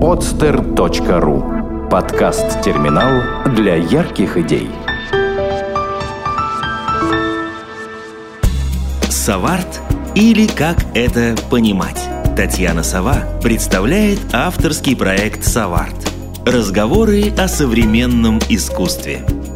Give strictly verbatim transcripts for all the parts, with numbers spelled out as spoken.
подстер точка ру. Подкаст-терминал для ярких идей. Соварт или как это понимать? Татьяна Сова представляет авторский проект «Соварт». Разговоры о современном искусстве.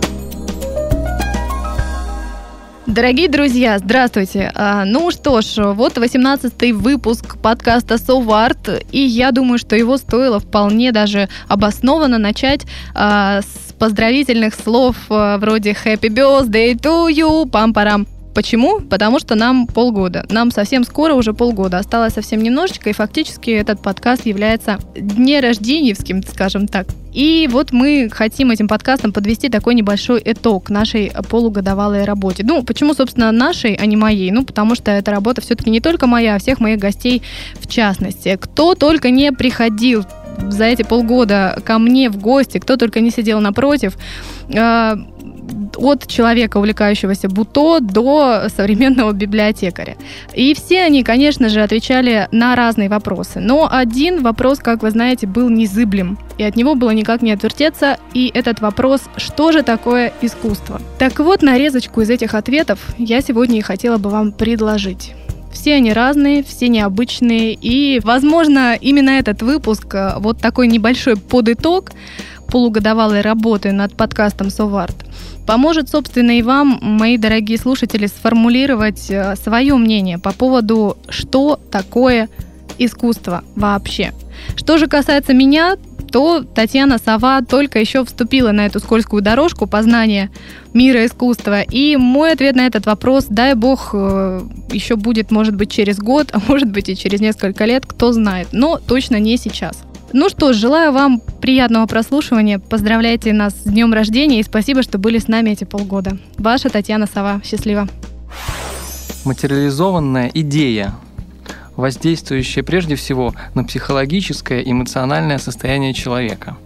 Дорогие друзья, здравствуйте. Ну что ж, вот восемнадцатый выпуск подкаста «Соварт», и я думаю, что его стоило вполне даже обоснованно начать с поздравительных слов вроде «Happy birthday to you», пам-парам. Почему? Потому что нам полгода. Нам совсем скоро уже полгода. Осталось совсем немножечко, и фактически этот подкаст является днерожденьевским, скажем так. И вот мы хотим этим подкастом подвести такой небольшой итог нашей полугодовалой работе. Ну, почему, собственно, нашей, а не моей? Ну, потому что эта работа все-таки не только моя, а всех моих гостей в частности. Кто только не приходил за эти полгода ко мне в гости, кто только не сидел напротив, э- от человека, увлекающегося буто, до современного библиотекаря. И все они, конечно же, отвечали на разные вопросы. Но один вопрос, как вы знаете, был незыблем, и от него было никак не отвертеться, и этот вопрос: что же такое искусство? Так вот, нарезочку из этих ответов я сегодня и хотела бы вам предложить. Все они разные, все необычные, и, возможно, именно этот выпуск, вот такой небольшой подыток полугодовалой работы над подкастом «Соварт», поможет, собственно, и вам, мои дорогие слушатели, сформулировать свое мнение по поводу, что такое искусство вообще. Что же касается меня, то Татьяна Сова только еще вступила на эту скользкую дорожку познания мира искусства, и мой ответ на этот вопрос, дай бог, еще будет, может быть, через год, а может быть и через несколько лет, кто знает, но точно не сейчас. Ну что ж, желаю вам приятного прослушивания, поздравляйте нас с днем рождения и спасибо, что были с нами эти полгода. Ваша Татьяна Сова. Счастливо. Материализованная идея, воздействующая прежде всего на психологическое и эмоциональное состояние человека.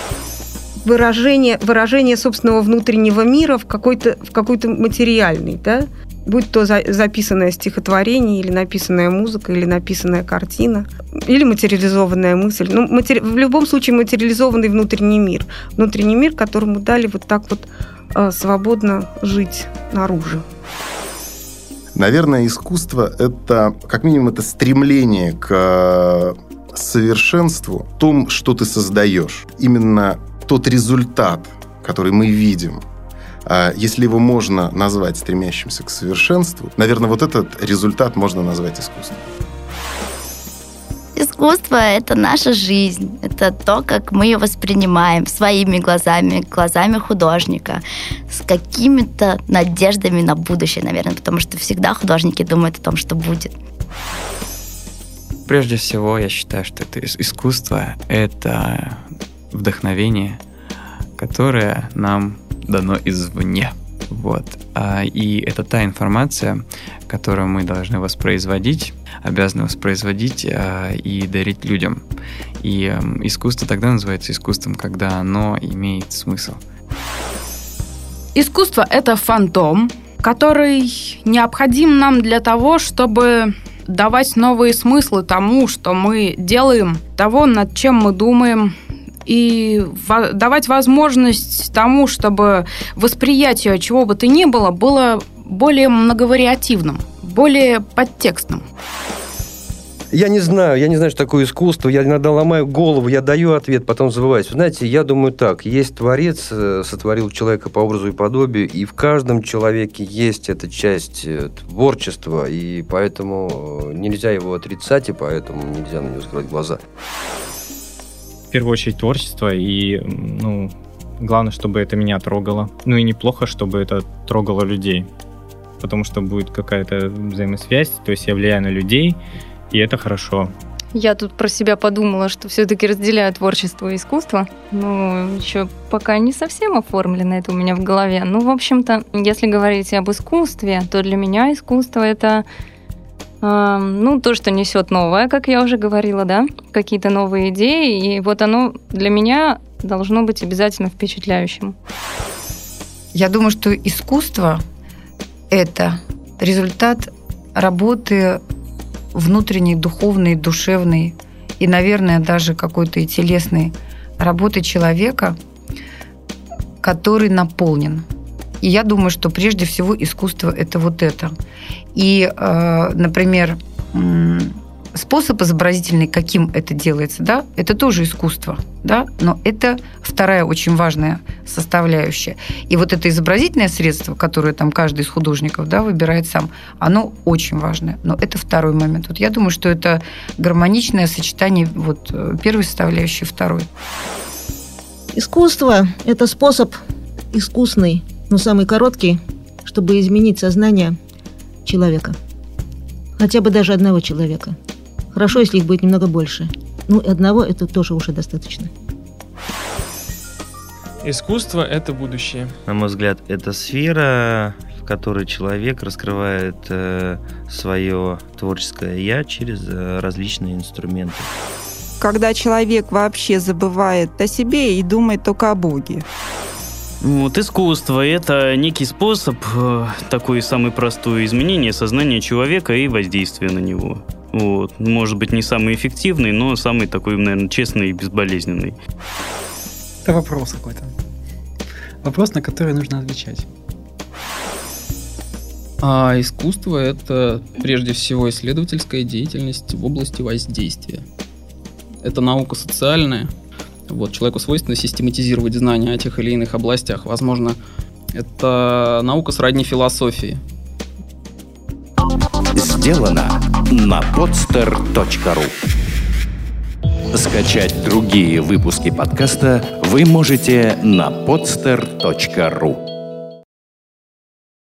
Выражение, выражение собственного внутреннего мира в какой-то, в какой-то материальный, да? Будь то за, записанное стихотворение, или написанная музыка, или написанная картина, или материализованная мысль. Ну, матери... В любом случае материализованный внутренний мир. Внутренний мир, которому дали вот так вот э, свободно жить наружу. Наверное, искусство – это, как минимум, это стремление к совершенству в том, что ты создаешь. Именно тот результат, который мы видим, если его можно назвать стремящимся к совершенству, наверное, вот этот результат можно назвать искусством. Искусство – это наша жизнь. Это то, как мы ее воспринимаем своими глазами, глазами художника, с какими-то надеждами на будущее, наверное, потому что всегда художники думают о том, что будет. Прежде всего, я считаю, что это искусство – это вдохновение, которое нам дано извне. Вот. И это та информация, которую мы должны воспроизводить, обязаны воспроизводить и дарить людям. И искусство тогда называется искусством, когда оно имеет смысл. Искусство – это фантом, который необходим нам для того, чтобы давать новые смыслы тому, что мы делаем, того, над чем мы думаем, и давать возможность тому, чтобы восприятие чего бы то ни было, было более многовариативным, более подтекстным. Я не знаю, я не знаю, что такое искусство. Я иногда ломаю голову, я даю ответ, потом забываюсь. Знаете, я думаю так. Есть Творец, сотворил человека по образу и подобию, и в каждом человеке есть эта часть творчества, и поэтому нельзя его отрицать, и поэтому нельзя на него закрывать глаза. В первую очередь творчество, и, ну, главное, чтобы это меня трогало. Ну и неплохо, чтобы это трогало людей, потому что будет какая-то взаимосвязь, то есть я влияю на людей, и это хорошо. Я тут про себя подумала, что все-таки разделяю творчество и искусство. Ну, еще пока не совсем оформлено это у меня в голове. Ну, в общем-то, если говорить об искусстве, то для меня искусство — это э, ну, то, что несет новое, как я уже говорила, да, какие-то новые идеи, и вот оно для меня должно быть обязательно впечатляющим. Я думаю, что искусство — это результат работы внутренней, духовной, душевной и, наверное, даже какой-то и телесной работы человека, который наполнен. И я думаю, что прежде всего искусство – это вот это. И, например, способ изобразительный, каким это делается, да, это тоже искусство, да, но это вторая очень важная составляющая. И вот это изобразительное средство, которое там каждый из художников, да, выбирает сам, оно очень важное, но это второй момент. Вот я думаю, что это гармоничное сочетание вот первой составляющей и второй. Искусство – это способ искусный, но самый короткий, чтобы изменить сознание человека. Хотя бы даже одного человека. Хорошо, если их будет немного больше. Ну, и одного это тоже уже достаточно. Искусство – это будущее. На мой взгляд, это сфера, в которой человек раскрывает э, свое творческое «я» через э, различные инструменты. Когда человек вообще забывает о себе и думает только о Боге. Вот, искусство – это некий способ, такой самый простой, изменения сознания человека и воздействия на него. Вот. Может быть, не самый эффективный, но самый такой, наверное, честный и безболезненный. Это вопрос какой-то. Вопрос, на который нужно отвечать. А искусство – это прежде всего исследовательская деятельность в области воздействия. Это наука социальная. Вот, человеку свойственно систематизировать знания о тех или иных областях. Возможно, это наука сродни философии. Сделано на подстер точка ру. Скачать другие выпуски подкаста вы можете на подстер точка ру.